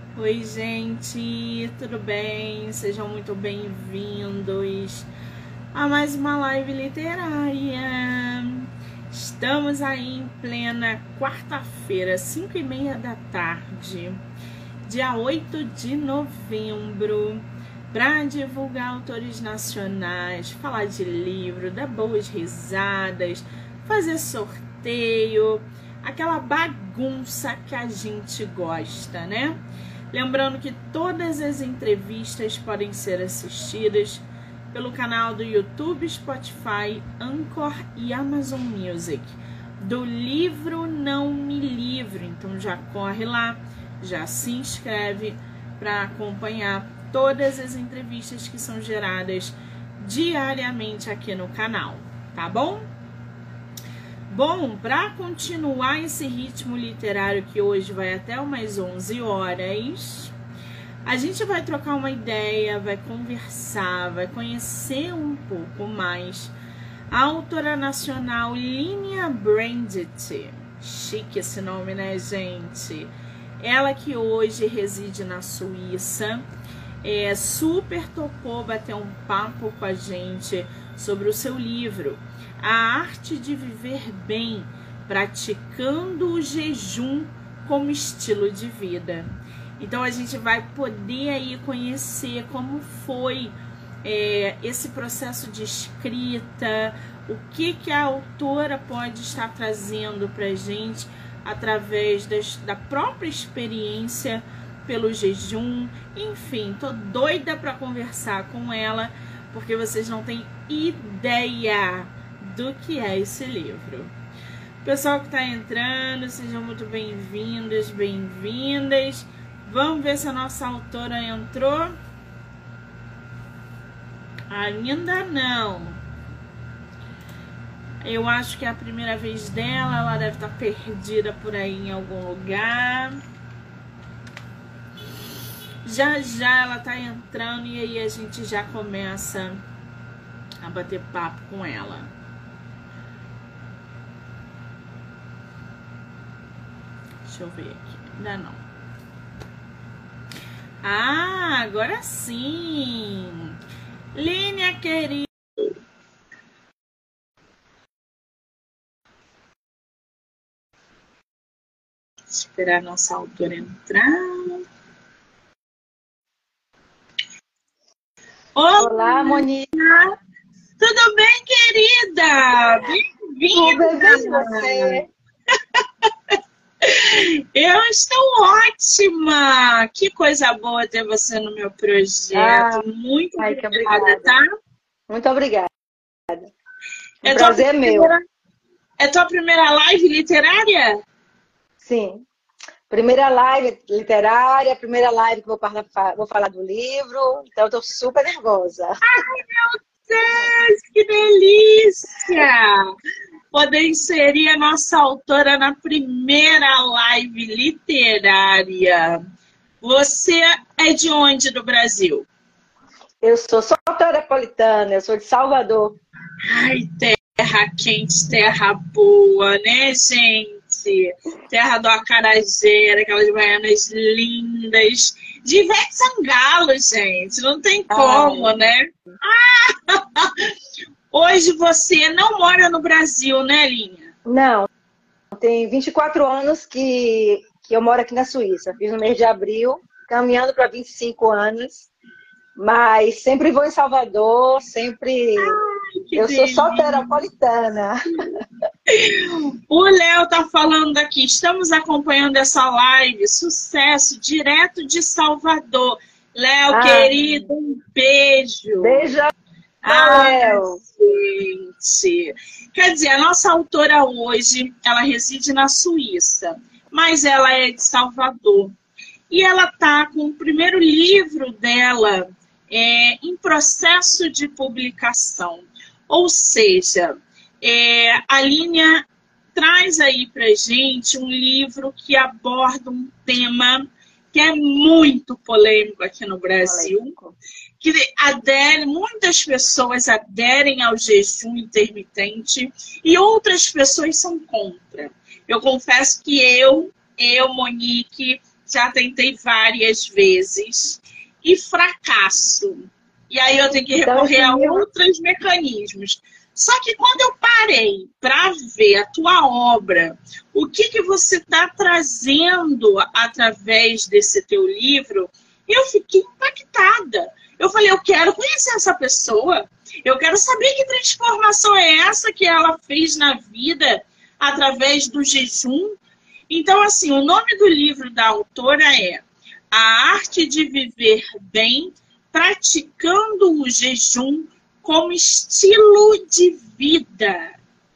Oi, gente, tudo bem? Sejam muito bem-vindos a mais uma live literária. Estamos aí em plena quarta-feira, 5h30 da tarde, dia 8 de novembro, para divulgar autores nacionais, falar de livro, dar boas risadas, fazer sorteio, aquela bagunça que a gente gosta, né? Lembrando que todas as entrevistas podem ser assistidas pelo canal do YouTube, Spotify, Anchor e Amazon Music, do livro Não Me Livro. Então já corre lá, já se inscreve para acompanhar todas as entrevistas que são geradas diariamente aqui no canal, tá bom? Bom, para continuar esse ritmo literário que hoje vai até umas 11 horas, a gente vai trocar uma ideia, vai conversar, vai conhecer um pouco mais a autora nacional Línia Brandt. Chique esse nome, né, gente? Ela que hoje reside na Suíça, super topou bater um papo com a gente sobre o seu livro, A Arte de Viver Bem, praticando o jejum como estilo de vida. Então a gente vai poder aí conhecer como foi esse processo de escrita, o que a autora pode estar trazendo para a gente através da própria experiência pelo jejum. Enfim, tô doida para conversar com ela, porque vocês não têm ideia do que é esse livro. Pessoal que está entrando, sejam muito bem-vindos, bem-vindas. Vamos ver se a nossa autora entrou. Ainda não. Eu acho que é a primeira vez dela, ela deve estar perdida por aí em algum lugar. Já ela tá entrando e aí a gente já começa a bater papo com ela. Deixa eu ver aqui. Ainda não. Ah, agora sim. Línia querida. Esperar a nossa autora entrar. Olá, Monique. Tudo bem, querida? Bem-vinda. Tudo bem, você? Eu estou ótima. Que coisa boa ter você no meu projeto. Muito obrigada, tá? Muito obrigada. O prazer é meu. É tua primeira live literária? Sim. Primeira live literária, primeira live que vou falar do livro. Então, eu estou super nervosa. Ai, meu Deus, que delícia! Poder inserir a nossa autora na primeira live literária. Você é de onde do Brasil? Eu sou soteropolitana, eu sou de Salvador. Ai, terra quente, terra boa, né, gente? Terra do acarajé, aquelas baianas lindas. De Ivete Sangalo, gente. Não tem como, né? Ah! Hoje você não mora no Brasil, né, Linha? Não. Tem 24 anos que eu moro aqui na Suíça. Fiz no mês de abril, caminhando para 25 anos. Mas sempre vou em Salvador, sempre... Eu sou soteropolitana. O Léo tá falando aqui, estamos acompanhando essa live, sucesso, direto de Salvador. Léo, querido, um beijo. Beijo, Léo. Gente. Quer dizer, a nossa autora hoje, ela reside na Suíça, mas ela é de Salvador. E ela tá com o primeiro livro dela em processo de publicação. Ou seja, a Línia traz aí pra gente um livro que aborda um tema que é muito polêmico aqui no Brasil, que muitas pessoas aderem ao jejum intermitente e outras pessoas são contra. Eu confesso que eu, Monique, já tentei várias vezes e fracasso. E aí eu tenho que recorrer a outros mecanismos. Só que quando eu parei para ver a tua obra, o que você está trazendo através desse teu livro, eu fiquei impactada. Eu falei, eu quero conhecer essa pessoa, eu quero saber que transformação é essa que ela fez na vida através do jejum. Então, assim, o nome do livro da autora é A Arte de Viver Bem, praticando o jejum como estilo de vida.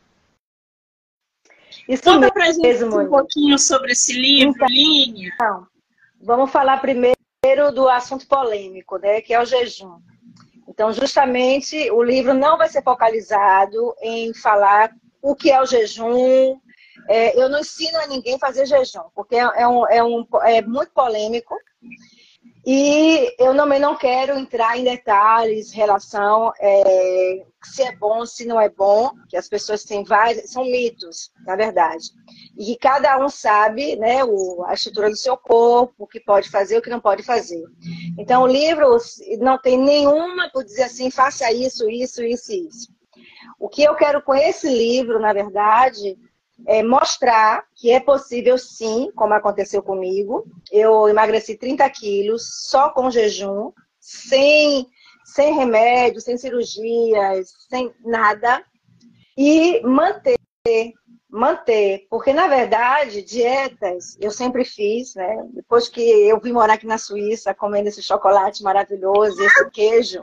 Conta pra gente um pouquinho sobre esse livro, então, Línia. Então, vamos falar primeiro do assunto polêmico, né, que é o jejum. Então, justamente, o livro não vai ser focalizado em falar o que é o jejum. Eu não ensino a ninguém a fazer jejum, porque é muito polêmico. E eu também não quero entrar em detalhes em relação se é bom, se não é bom, que as pessoas têm vários, são mitos, na verdade. E que cada um sabe, né, a estrutura do seu corpo, o que pode fazer, o que não pode fazer. Então, o livro não tem nenhuma por dizer assim, faça isso, isso, isso e isso. O que eu quero com esse livro, na verdade, é mostrar que é possível sim, como aconteceu comigo. Eu emagreci 30 quilos só com jejum, sem remédio, sem cirurgias, sem nada. E manter. Porque, na verdade, dietas eu sempre fiz, né? Depois que eu vim morar aqui na Suíça, comendo esse chocolate maravilhoso, esse queijo...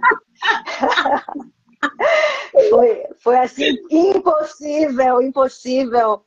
Foi assim, impossível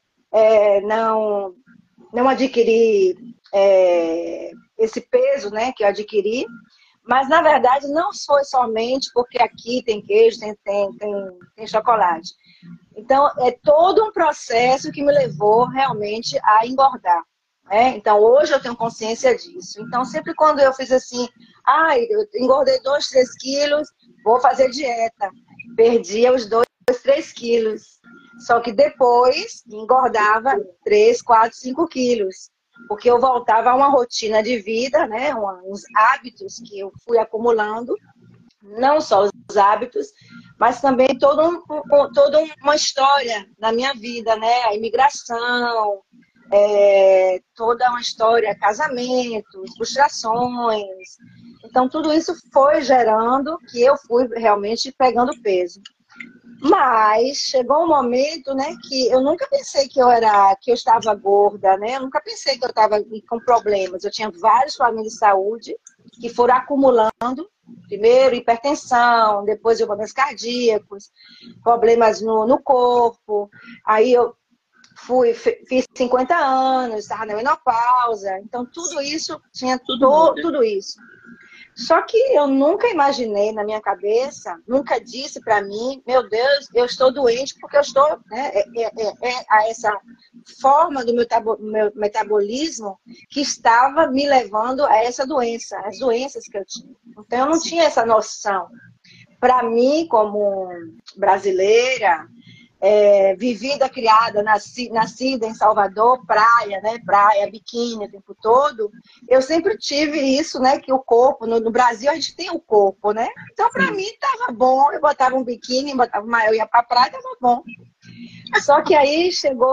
não adquirir esse peso, né, que eu adquiri. Mas, na verdade, não foi somente porque aqui tem queijo, tem chocolate. Então, é todo um processo que me levou realmente a engordar. Então, hoje eu tenho consciência disso. Então, sempre quando eu fiz assim, eu engordei 2, 3 quilos, vou fazer dieta. Perdia os 2, 3 quilos. Só que depois engordava 3, 4, 5 quilos. Porque eu voltava a uma rotina de vida, né? Uns hábitos que eu fui acumulando. Não só os hábitos, mas também toda uma história na minha vida, né? A imigração, toda uma história, casamentos, frustrações. Então, tudo isso foi gerando que eu fui realmente pegando peso. Mas chegou um momento, né, que eu nunca pensei que eu estava gorda, né? Eu nunca pensei que eu estava com problemas. Eu tinha vários problemas de saúde que foram acumulando. Primeiro, hipertensão, depois problemas cardíacos, problemas no corpo. Aí eu fiz 50 anos, estava na menopausa. Então, tudo isso, tinha tudo isso. Só que eu nunca imaginei na minha cabeça, nunca disse para mim, meu Deus, eu estou doente porque eu estou, né, a essa forma do meu metabolismo que estava me levando a essa doença, as doenças que eu tinha. Então, eu não tinha essa noção. Para mim, como brasileira, vivida, criada, nascida em Salvador, praia, né? Praia, biquíni o tempo todo, eu sempre tive isso, né? Que o corpo, no Brasil a gente tem o corpo, né? Então, para mim, tava bom. Eu botava um biquíni, botava uma, eu ia pra praia, tava bom. Só que aí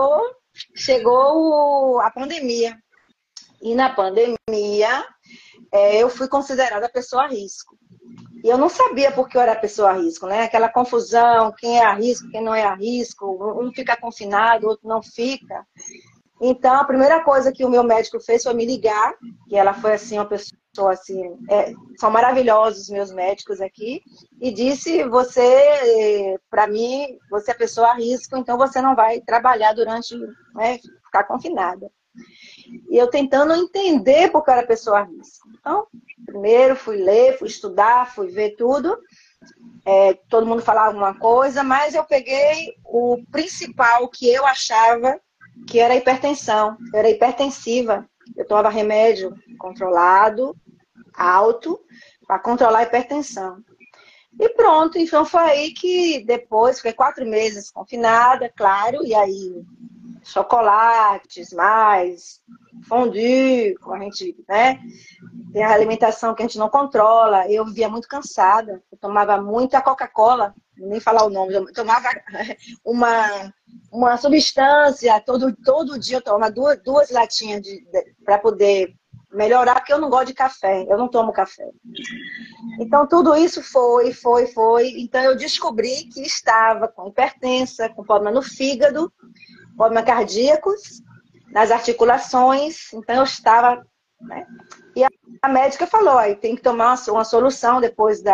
chegou a pandemia. E na pandemia, eu fui considerada pessoa a risco. E eu não sabia por que eu era pessoa a risco, né? Aquela confusão, quem é a risco, quem não é a risco, um fica confinado, o outro não fica. Então, a primeira coisa que o meu médico fez foi me ligar, que ela foi assim, uma pessoa assim, são maravilhosos os meus médicos aqui, e disse, para mim, você é pessoa a risco, então você não vai trabalhar durante, né, ficar confinada. E eu tentando entender por que eu era pessoa a risco. Então, primeiro fui ler, fui estudar, fui ver tudo. Todo mundo falava uma coisa, mas eu peguei o principal que eu achava que era a hipertensão. Eu era hipertensiva. Eu tomava remédio controlado, alto, para controlar a hipertensão. E pronto, então foi aí que depois, fiquei 4 meses confinada, claro, e aí chocolates, mais fondue, como a gente, né? Tem a alimentação que a gente não controla. Eu vivia muito cansada. Eu tomava muita Coca-Cola, nem falar o nome. Eu tomava uma substância, todo dia eu tomava duas latinhas para poder melhorar, porque eu não gosto de café. Eu não tomo café. Então, tudo isso foi. Então, eu descobri que estava com hipertensa, com problema no fígado, problemas cardíacos, nas articulações. Então, eu estava, né? E a médica falou, aí tem que tomar uma solução depois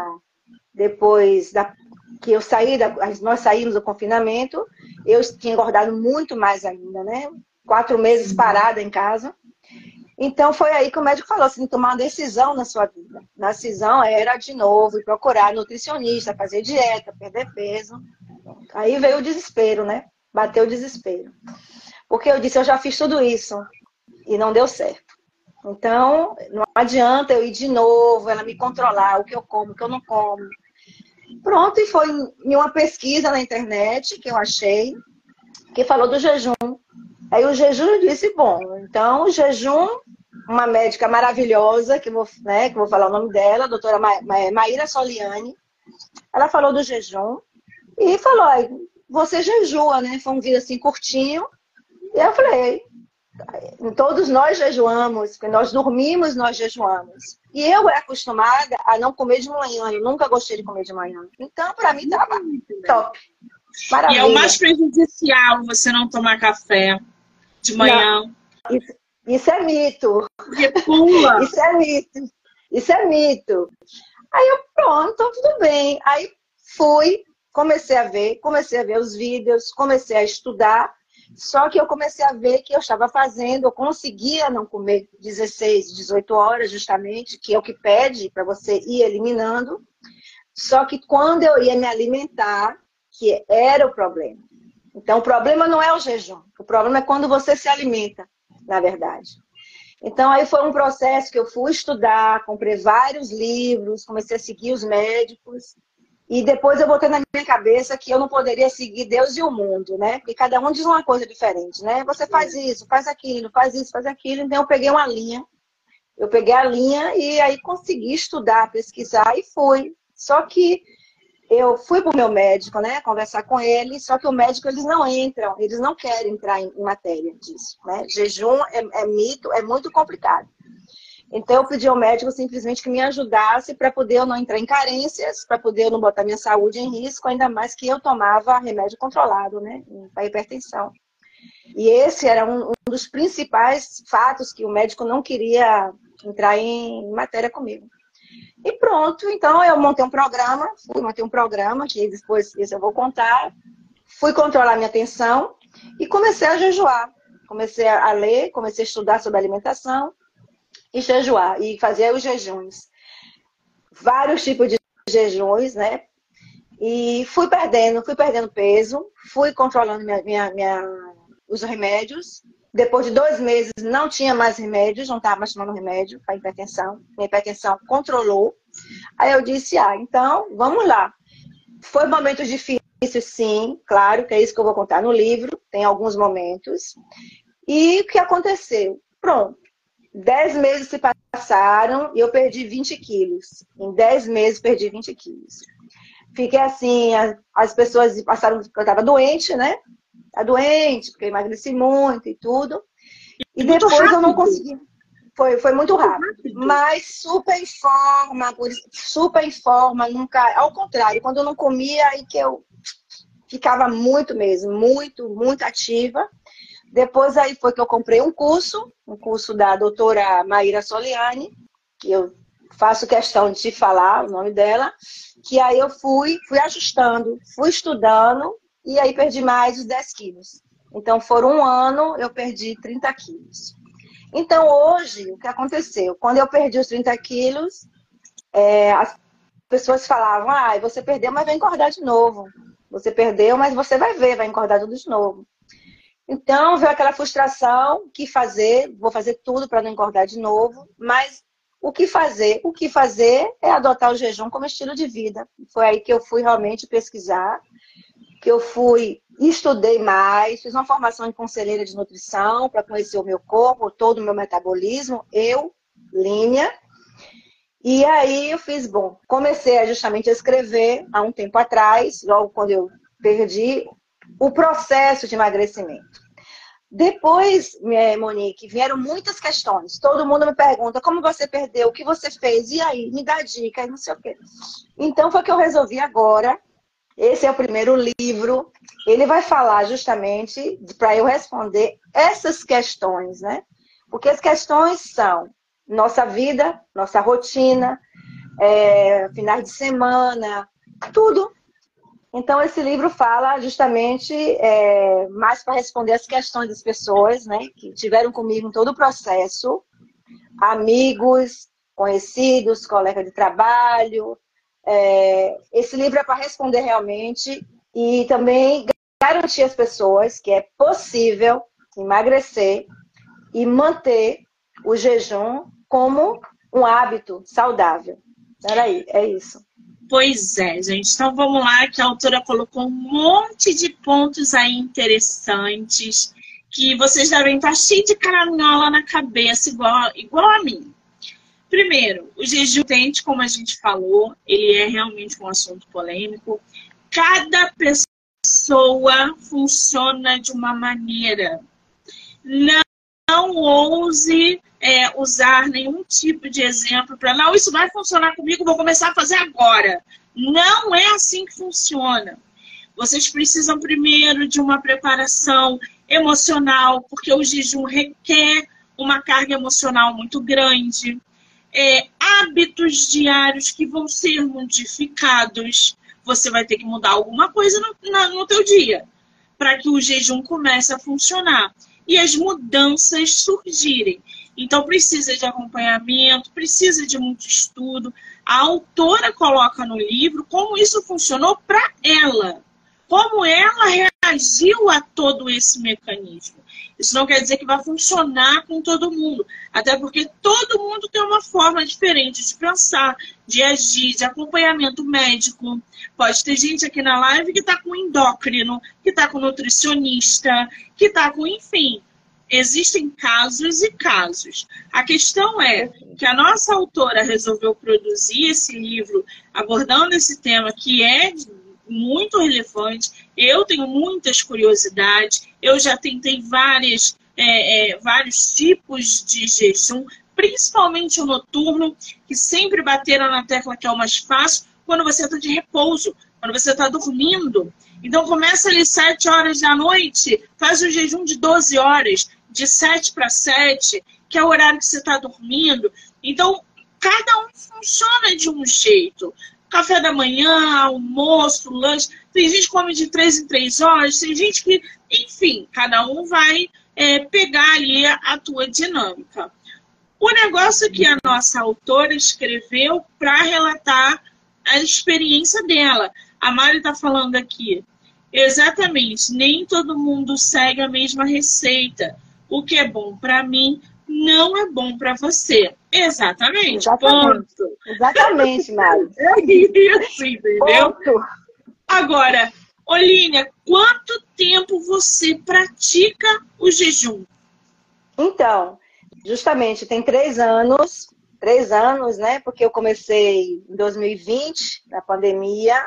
que eu saí, nós saímos do confinamento. Eu tinha engordado muito mais ainda, né? 4 meses parada em casa. Então, foi aí que o médico falou, assim, tomar uma decisão na sua vida. A decisão era, de novo, ir procurar nutricionista, fazer dieta, perder peso. Aí veio o desespero, né? Bateu o desespero. Porque eu disse, eu já fiz tudo isso e não deu certo. Então, não adianta eu ir de novo, ela me controlar, o que eu como, o que eu não como. Pronto, e foi em uma pesquisa na internet que eu achei, que falou do jejum. Aí o jejum, eu disse, bom, então o jejum, uma médica maravilhosa, que eu vou falar o nome dela, a doutora Maíra Soliani, ela falou do jejum e falou, você jejua, né? Foi um vídeo assim curtinho. E eu falei, todos nós jejuamos, porque nós dormimos, nós jejuamos. E eu era acostumada a não comer de manhã, eu nunca gostei de comer de manhã. Então, para mim, estava top. Maravilha. E é o mais prejudicial você não tomar café de manhã. Não, isso é mito. Pula. Isso é mito. Aí eu, pronto, tudo bem. Aí comecei a ver os vídeos, comecei a estudar. Só que eu comecei a ver que eu estava fazendo, eu conseguia não comer 16, 18 horas, justamente, que é o que pede para você ir eliminando. Só que quando eu ia me alimentar, que era o problema. Então, o problema não é o jejum, o problema é quando você se alimenta, na verdade. Então, aí foi um processo que eu fui estudar, comprei vários livros, comecei a seguir os médicos. E depois eu botei na minha cabeça que eu não poderia seguir Deus e o mundo, né? Porque cada um diz uma coisa diferente, né? Você faz isso, faz aquilo, faz isso, faz aquilo. Então eu peguei uma linha. Eu peguei a linha e aí consegui estudar, pesquisar e fui. Só que eu fui para o meu médico, né? Conversar com ele. Só que o médico, eles não entram, eles não querem entrar em matéria disso, né? Jejum é mito, é muito complicado. Então, eu pedi ao médico simplesmente que me ajudasse para poder eu não entrar em carências, para poder eu não botar minha saúde em risco, ainda mais que eu tomava remédio controlado, né, para hipertensão. E esse era um dos principais fatos que o médico não queria entrar em matéria comigo. E pronto, então eu montei um programa, que depois isso eu vou contar, fui controlar minha atenção e comecei a jejuar. Comecei a ler, comecei a estudar sobre alimentação, e jejuar, e fazer os jejuns. Vários tipos de jejuns, né? E fui perdendo peso, fui controlando os remédios. Depois de 2 meses, não tinha mais remédios, não estava mais tomando remédio para hipertensão. Minha hipertensão controlou. Aí eu disse, então, vamos lá. Foi momentos difíceis, sim, claro, que é isso que eu vou contar no livro. Tem alguns momentos. E o que aconteceu? Pronto. 10 meses se passaram e eu perdi 20 quilos. Em 10 meses, perdi 20 quilos. Fiquei assim, as pessoas passaram que eu estava doente, né? Tá doente, porque eu emagreci muito e tudo. E depois eu não consegui. Foi muito rápido. Mas super em forma, nunca. Ao contrário, quando eu não comia, aí que eu ficava muito mesmo, muito ativa. Depois aí foi que eu comprei um curso da doutora Maíra Soliani, que eu faço questão de te falar o nome dela, que aí eu fui ajustando, fui estudando e aí perdi mais os 10 quilos. Então, foram 1 ano, eu perdi 30 quilos. Então, hoje, o que aconteceu? Quando eu perdi os 30 quilos, as pessoas falavam, você perdeu, mas vai engordar de novo. Você perdeu, mas você vai ver, vai engordar tudo de novo. Então, veio aquela frustração, o que fazer? Vou fazer tudo para não engordar de novo, mas o que fazer? O que fazer é adotar o jejum como estilo de vida. Foi aí que eu fui realmente pesquisar, que eu fui estudei mais, fiz uma formação em conselheira de nutrição para conhecer o meu corpo, todo o meu metabolismo, Línia. E aí eu fiz, comecei justamente a escrever há um tempo atrás, logo quando eu perdi, o processo de emagrecimento. Depois, Monique, vieram muitas questões. Todo mundo me pergunta como você perdeu, o que você fez, e aí, me dá dica, não sei o quê. Então foi que eu resolvi agora. Esse é o primeiro livro. Ele vai falar justamente para eu responder essas questões, né? Porque as questões são nossa vida, nossa rotina, finais de semana, tudo. Então, esse livro fala justamente mais para responder as questões das pessoas, né, que tiveram comigo em todo o processo, amigos, conhecidos, colegas de trabalho. Esse livro é para responder realmente e também garantir às pessoas que é possível emagrecer e manter o jejum como um hábito saudável. Peraí, é isso. Pois é, gente. Então vamos lá, que a autora colocou um monte de pontos aí interessantes que vocês devem estar cheios de caraminhola na cabeça, igual a mim. Primeiro, o jejum intermitente, como a gente falou, ele é realmente um assunto polêmico. Cada pessoa funciona de uma maneira. Não ouse usar nenhum tipo de exemplo para não, isso vai funcionar comigo, vou começar a fazer agora. Não é assim que funciona. Vocês precisam primeiro de uma preparação emocional, porque o jejum requer uma carga emocional muito grande. Hábitos diários que vão ser modificados. Você vai ter que mudar alguma coisa no teu dia para que o jejum comece a funcionar e as mudanças surgirem. Então, precisa de acompanhamento, precisa de muito estudo. A autora coloca no livro como isso funcionou para ela. Como ela reagiu a todo esse mecanismo. Isso não quer dizer que vai funcionar com todo mundo. Até porque todo mundo tem uma forma diferente de pensar, de agir, de acompanhamento médico. Pode ter gente aqui na live que está com endócrino, que está com nutricionista, que está com, enfim. Existem casos e casos. A questão é que a nossa autora resolveu produzir esse livro abordando esse tema que é muito relevante. Eu tenho muitas curiosidades. Eu já tentei vários tipos de jejum, principalmente o noturno, que sempre bateram na tecla que é o mais fácil, quando você está de repouso, quando você está dormindo. Então, começa ali 7 horas da noite, faz um jejum de 12 horas, de 7 para 7, que é o horário que você está dormindo. Então, cada um funciona de um jeito. Café da manhã, almoço, lanche. Tem gente que come de 3 em 3 horas, tem gente que... Enfim, cada um vai pegar ali a tua dinâmica. O negócio que a nossa autora escreveu para relatar a experiência dela. A Mari está falando aqui. Exatamente, nem todo mundo segue a mesma receita. O que é bom para mim não é bom para você. Exatamente. Ponto. Exatamente, Mari. É isso, entendeu? Ponto. Agora, Olínia, quanto tempo você pratica o jejum? Então, justamente, tem 3 anos. 3 anos, né? Porque eu comecei em 2020, na pandemia.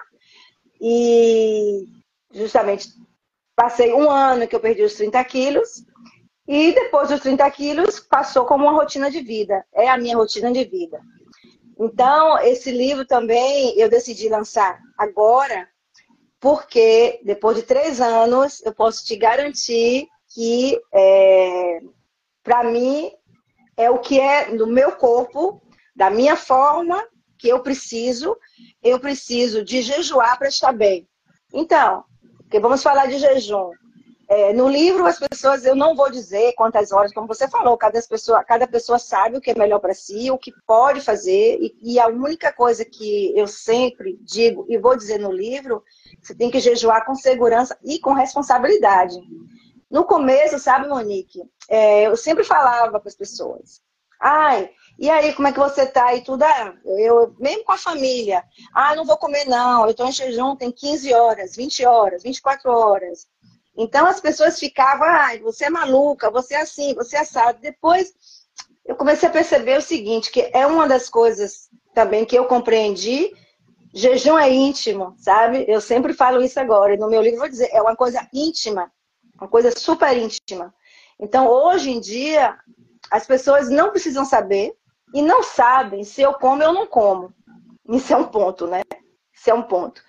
E justamente passei 1 ano que eu perdi os 30 quilos. E depois dos 30 quilos, passou como uma rotina de vida. É a minha rotina de vida. Então, esse livro também eu decidi lançar agora, porque depois de 3 anos, eu posso te garantir que, para mim, é o que é no meu corpo, da minha forma, que eu preciso de jejuar para estar bem. Então, porque vamos falar de jejum. No livro, as pessoas, eu não vou dizer quantas horas, como você falou, cada pessoa sabe o que é melhor para si, o que pode fazer, e a única coisa que eu sempre digo, e vou dizer no livro, você tem que jejuar com segurança e com responsabilidade. No começo, sabe, Monique, eu sempre falava para as pessoas, e aí, como é que você tá? E tudo, eu, mesmo com a família, não vou comer não, eu estou em jejum, tem 15 horas, 20 horas, 24 horas. Então as pessoas ficavam, ai, você é maluca, você é assim, você é assado. Depois eu comecei a perceber o seguinte, que é uma das coisas também que eu compreendi, jejum é íntimo, sabe? Eu sempre falo isso agora, e no meu livro vou dizer, é uma coisa íntima, uma coisa super íntima. Então hoje em dia, as pessoas não precisam saber e não sabem se eu como ou não como. Isso é um ponto, né? Isso é um ponto.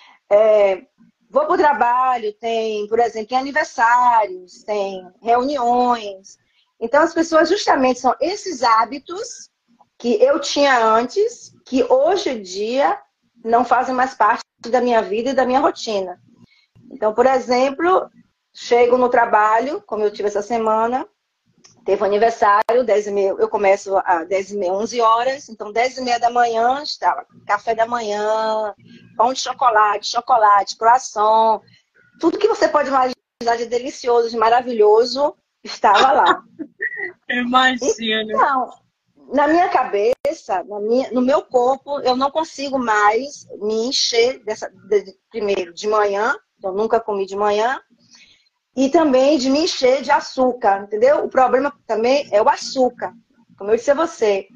Vou para o trabalho, tem, por exemplo, tem aniversários, tem reuniões. Então, as pessoas justamente são esses hábitos que eu tinha antes, que hoje em dia não fazem mais parte da minha vida e da minha rotina. Então, por exemplo, chego no trabalho, como eu tive essa semana, teve um aniversário, 10h30, eu começo às 10h30, 11 horas, então 10h30 da manhã, estava café da manhã, pão de chocolate, croissant, tudo que você pode imaginar de delicioso, de maravilhoso, estava lá. Imagina. Então, na minha cabeça, no meu corpo, eu não consigo mais me encher primeiro de manhã, eu nunca comi de manhã, e também de me encher de açúcar, entendeu? O problema também é o açúcar. Como eu disse a você,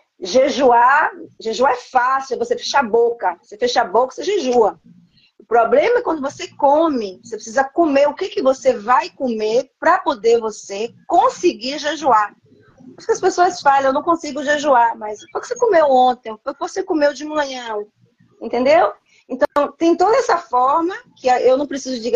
jejuar é fácil, você fecha a boca. Você fecha a boca, você jejua. O problema é quando você come. Você precisa comer o que você vai comer para poder você conseguir jejuar. Por isso que as pessoas falam, eu não consigo jejuar, mas foi o que você comeu ontem, foi o que você comeu de manhã, entendeu? Então, tem toda essa forma que eu não preciso dizer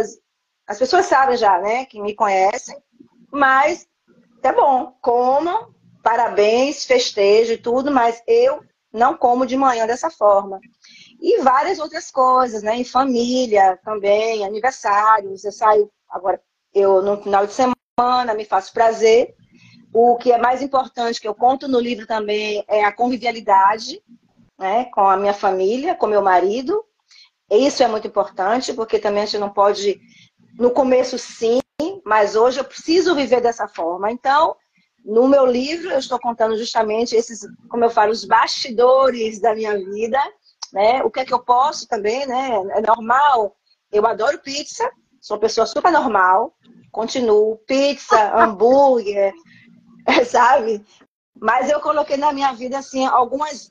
as pessoas sabem já, né, que me conhecem, mas tá bom, comam, parabéns, festejo e tudo, mas eu não como de manhã dessa forma. E várias outras coisas, né, em família também, aniversários, eu saio, agora eu no final de semana me faço prazer. O que é mais importante, que eu conto no livro também, é a convivialidade, né, com a minha família, com meu marido. Isso é muito importante, porque também a gente não pode... No começo, sim, mas hoje eu preciso viver dessa forma. Então, no meu livro, eu estou contando justamente esses, como eu falo, os bastidores da minha vida, né? O que é que eu posso também, né? É normal. Eu adoro pizza, sou uma pessoa super normal, continuo. Pizza, hambúrguer, sabe? Mas eu coloquei na minha vida, assim, algumas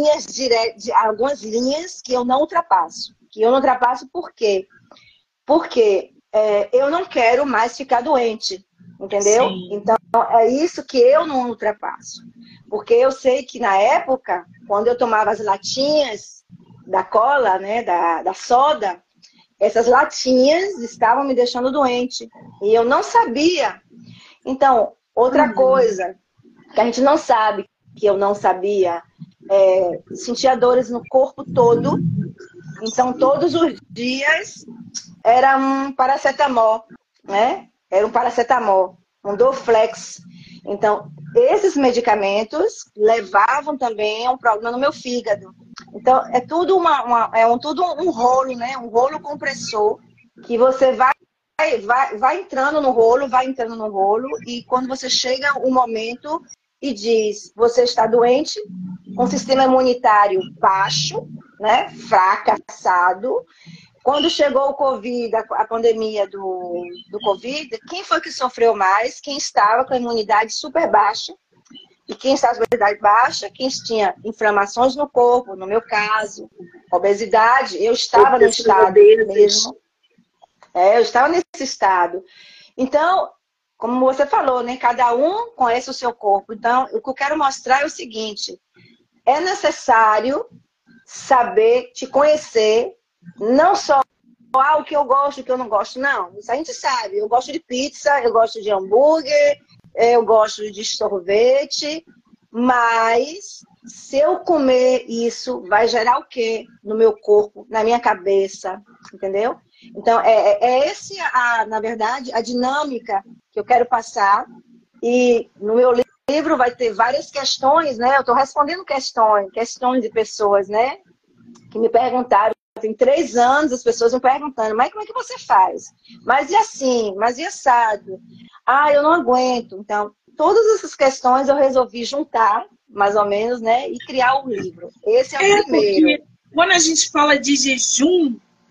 linhas que eu não ultrapasso. Que eu não ultrapasso por quê? Porque eu não quero mais ficar doente, entendeu? Sim. Então, é isso que eu não ultrapasso. Porque eu sei que na época, quando eu tomava as latinhas da cola, né, da soda, essas latinhas estavam me deixando doente. E eu não sabia. Então, outra coisa que a gente não sabe, que eu não sabia, sentia dores no corpo todo. Então, todos os dias era um paracetamol, né? Era um paracetamol, um Dorflex. Então, esses medicamentos levavam também a um problema no meu fígado. Então, é tudo tudo um rolo, né? Um rolo compressor que você vai entrando no rolo, e quando você chega um momento e diz, você está doente, com sistema imunitário baixo, né? Fracassado. Quando chegou o Covid, a pandemia do Covid, quem foi que sofreu mais? Quem estava com a imunidade super baixa. E quem estava com a imunidade baixa, quem tinha inflamações no corpo, no meu caso, obesidade, eu estava no estado mesmo. Eu estava nesse estado. Então, como você falou, né? Cada um conhece o seu corpo. Então, o que eu quero mostrar é o seguinte: é necessário saber te conhecer, não só o que eu gosto, o que eu não gosto, não. Isso a gente sabe. Eu gosto de pizza, eu gosto de hambúrguer, eu gosto de sorvete, mas se eu comer isso, vai gerar o quê no meu corpo, na minha cabeça, entendeu? Então, na verdade, a dinâmica que eu quero passar. E no meu livro vai ter várias questões, né? Eu estou respondendo questões de pessoas, né? Que me perguntaram. Tem 3 anos as pessoas me perguntando, mas como é que você faz? Mas e assim? Mas e assado? Ah, eu não aguento. Então, todas essas questões eu resolvi juntar, mais ou menos, né? E criar um livro. Esse é o primeiro. Porque quando a gente fala de jejum,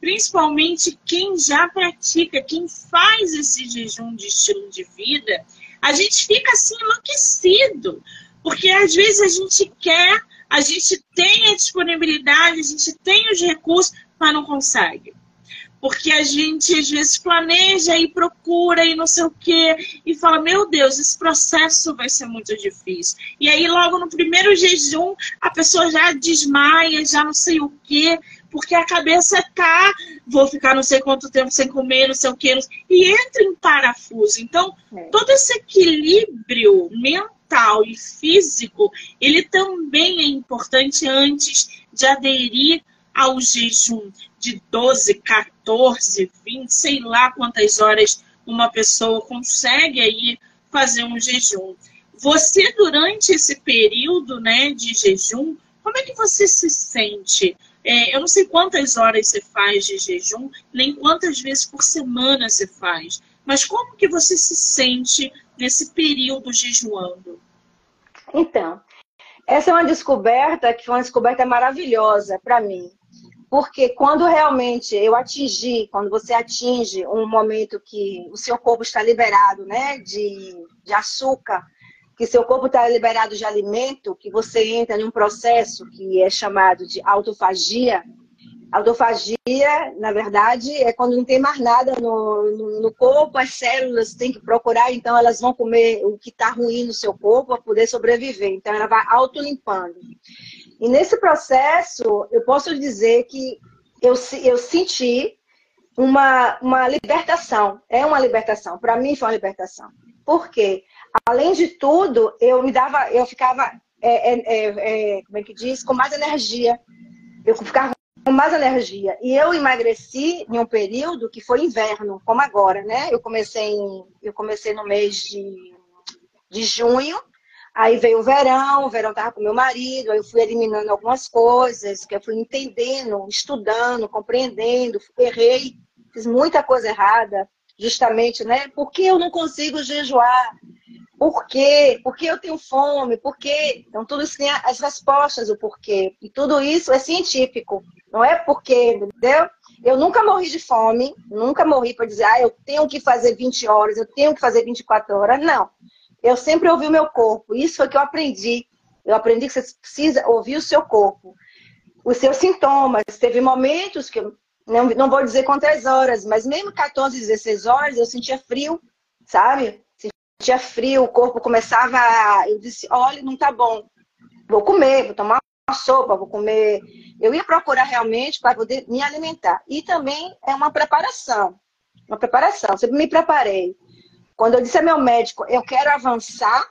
principalmente quem já pratica, quem faz esse jejum de estilo de vida, a gente fica assim enlouquecido, porque às vezes a gente quer, a gente tem a disponibilidade, a gente tem os recursos, mas não consegue. Porque a gente, às vezes, planeja e procura e não sei o quê, e fala, meu Deus, esse processo vai ser muito difícil. E aí, logo no primeiro jejum, a pessoa já desmaia, já não sei o quê, porque a cabeça tá, vou ficar não sei quanto tempo sem comer, não sei o quê, e entra em parafuso. Então, todo esse equilíbrio mental e físico, ele também é importante antes de aderir ao jejum de 12, 14, 20, sei lá quantas horas uma pessoa consegue aí fazer um jejum. Você, durante esse período, né, de jejum, como é que você se sente? Eu não sei quantas horas você faz de jejum, nem quantas vezes por semana você faz, mas como que você se sente nesse período jejuando? Então, essa é uma descoberta que foi uma descoberta maravilhosa para mim. Porque quando realmente quando você atinge um momento que o seu corpo está liberado, né, de açúcar, que seu corpo está liberado de alimento, que você entra em um processo que é chamado de autofagia. Autofagia, na verdade, é quando não tem mais nada no corpo, as células têm que procurar, então elas vão comer o que está ruim no seu corpo para poder sobreviver. Então ela vai autolimpando. E nesse processo, eu posso dizer que eu senti uma libertação. É uma libertação. Para mim foi uma libertação. Por quê? Além de tudo, eu ficava, como é que diz? Com mais energia. Eu ficava com mais energia. E eu emagreci em um período que foi inverno, como agora, né? Eu comecei no mês de junho. Aí veio o verão estava com meu marido, aí eu fui eliminando algumas coisas, que eu fui entendendo, estudando, compreendendo, errei, fiz muita coisa errada, justamente, né? Por que eu não consigo jejuar? Por quê? Por que eu tenho fome? Por quê? Então, tudo isso tem as respostas, o porquê. E tudo isso é científico, não é porque, entendeu? Eu nunca morri de fome, nunca morri para dizer, eu tenho que fazer 20 horas, eu tenho que fazer 24 horas, não. Eu sempre ouvi o meu corpo. Isso foi que eu aprendi. Eu aprendi que você precisa ouvir o seu corpo. Os seus sintomas. Teve momentos que eu não vou dizer quantas horas, mas mesmo 14, 16 horas, eu sentia frio, sabe? Sentia frio, o corpo começava Eu disse, olha, não tá bom. Vou comer, vou tomar uma sopa, vou comer. Eu ia procurar realmente para poder me alimentar. E também é uma preparação. Uma preparação. Sempre me preparei. Quando eu disse ao meu médico, eu quero avançar,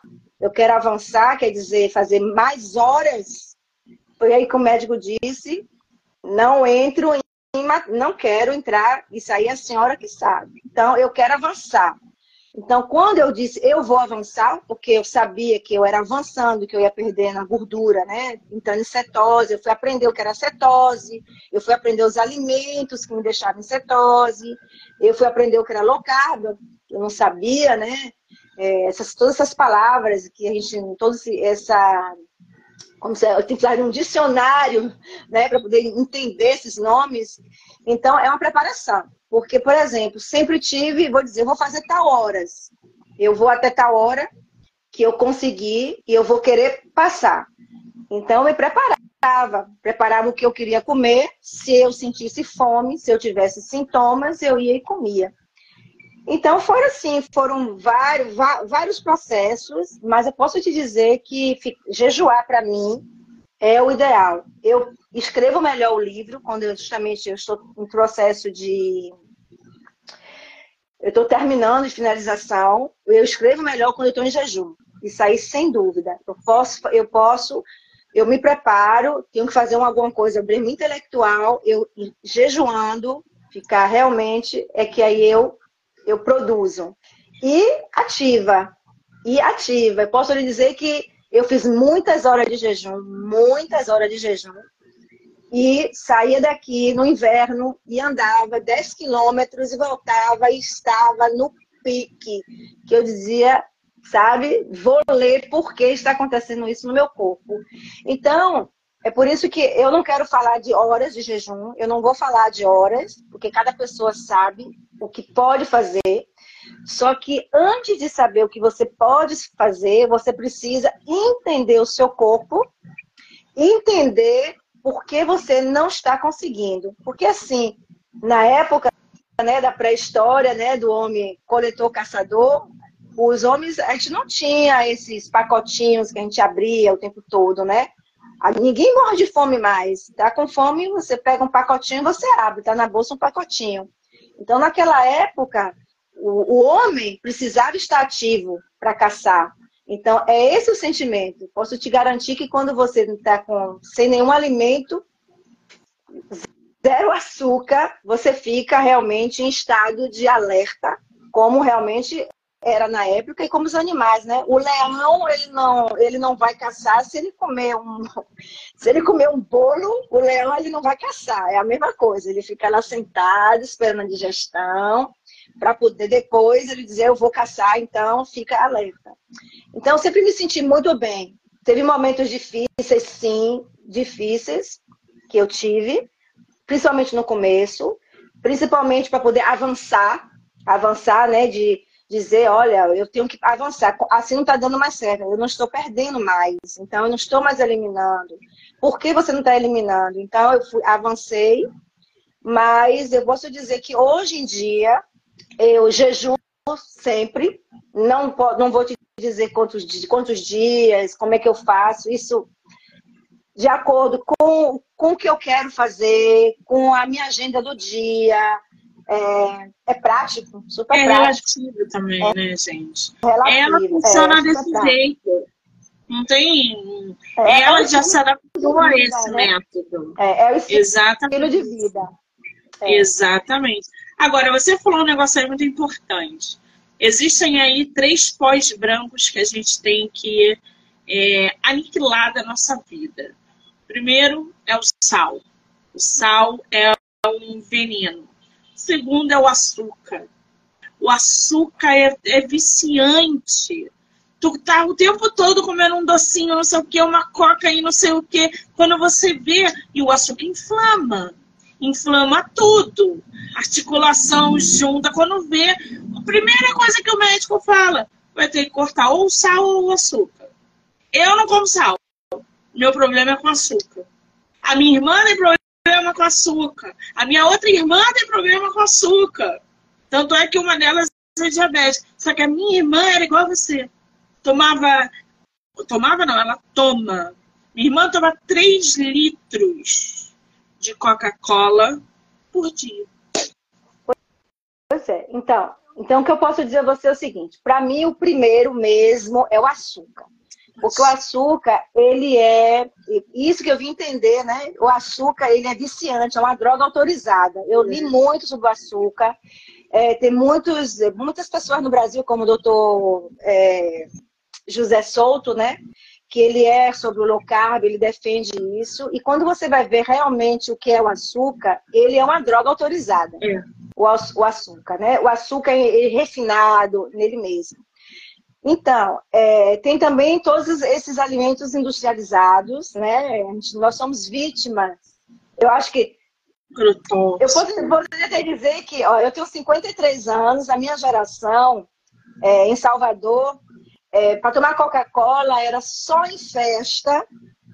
quer dizer, fazer mais horas, foi aí que o médico disse, não quero entrar, isso aí é a senhora que sabe. Então, eu quero avançar. Então, quando eu disse, eu vou avançar, porque eu sabia que eu era avançando, que eu ia perdendo a gordura, né? Entrando em cetose, eu fui aprender o que era cetose, eu fui aprender os alimentos que me deixavam em cetose, eu fui aprender o que era low carb, eu não sabia, né? Todas essas palavras que a gente, como se eu tenho que fazer um dicionário, né, para poder entender esses nomes. Então, é uma preparação. Porque, por exemplo, sempre vou dizer, eu vou fazer tal horas. Eu vou até tal hora que eu conseguir e eu vou querer passar. Então, eu me preparava o que eu queria comer. Se eu sentisse fome, se eu tivesse sintomas, eu ia e comia. Então, foram vários processos, mas eu posso te dizer que jejuar, para mim, é o ideal. Eu escrevo melhor o livro, quando eu estou em processo eu estou terminando de finalização, eu escrevo melhor quando eu estou em jejum. Isso aí, sem dúvida. Eu me preparo, tenho que fazer alguma coisa bem intelectual, eu jejuando, ficar realmente, é que aí eu produzo. E ativa. Eu posso lhe dizer que eu fiz muitas horas de jejum, e saía daqui no inverno e andava 10 quilômetros e voltava e estava no pique, que eu dizia, sabe, vou ler por que está acontecendo isso no meu corpo. Então, É por isso que eu não quero falar de horas de jejum, eu não vou falar de horas, porque cada pessoa sabe o que pode fazer. Só que antes de saber o que você pode fazer, você precisa entender o seu corpo, entender por que você não está conseguindo. Porque assim, na época, né, da pré-história, né, do homem coletor-caçador, os homens, a gente não tinha esses pacotinhos que a gente abria o tempo todo, né? Ninguém morre de fome mais. Tá com fome, você pega um pacotinho e você abre. Tá na bolsa um pacotinho. Então, naquela época, o homem precisava estar ativo para caçar. Então, é esse o sentimento. Posso te garantir que quando você está sem nenhum alimento, zero açúcar, você fica realmente em estado de alerta, como realmente era na época, e como os animais, né? O leão, ele não vai caçar se ele comer um bolo, o leão ele não vai caçar. É a mesma coisa, ele fica lá sentado, esperando a digestão, para poder depois ele dizer, eu vou caçar, então fica alerta. Então, eu sempre me senti muito bem. Teve momentos difíceis, sim, difíceis, que eu tive, principalmente no começo, principalmente para poder avançar, né, de dizer, olha, eu tenho que avançar, assim não está dando mais certo, eu não estou perdendo mais, então eu não estou mais eliminando. Por que você não está eliminando? Então eu avancei, mas eu posso dizer que hoje em dia eu jejuo sempre, não vou te dizer quantos dias, como é que eu faço, isso de acordo com o que eu quero fazer, com a minha agenda do dia. É prático, super prático. É relativo também, né, gente? Ela Relativo, funciona desse super jeito. Não tem. prático. Ela já se adaptou a esse né? método. É o estilo Exatamente. de vida. Exatamente. Agora, você falou um negócio aí muito importante. Existem aí 3 pós brancos que a gente tem que aniquilar da nossa vida. Primeiro é o sal. O sal é um veneno. O segundo é o açúcar. O açúcar é viciante. Tu tá o tempo todo comendo um docinho, não sei o que, uma coca e não sei o que. Quando você vê, e o açúcar inflama. Inflama tudo. Articulação junta. Quando vê, a primeira coisa que o médico fala, vai ter que cortar ou o sal ou o açúcar. Eu não como sal. Meu problema é com açúcar. A minha irmã tem problema com açúcar. A minha outra irmã tem problema com açúcar. Tanto é que uma delas é diabética. Só que a minha irmã era igual a você. Tomava não, ela toma. Minha irmã toma 3 litros de Coca-Cola por dia. Pois é. Então, o que eu posso dizer a você é o seguinte. Para mim, o primeiro mesmo é o açúcar. Porque o açúcar, ele é... Isso que eu vim entender, né? O açúcar, ele é viciante, é uma droga autorizada. Eu li muito sobre o açúcar. Tem muitas pessoas no Brasil, como o doutor José Souto, né? Que ele é sobre o low carb, ele defende isso. E quando você vai ver realmente o que é o açúcar, ele é uma droga autorizada. O açúcar, né? O açúcar é refinado nele mesmo. Então, tem também todos esses alimentos industrializados, né? Nós somos vítimas. Eu acho que... Eu poderia até dizer que eu tenho 53 anos, a minha geração, em Salvador, para tomar Coca-Cola era só em festa,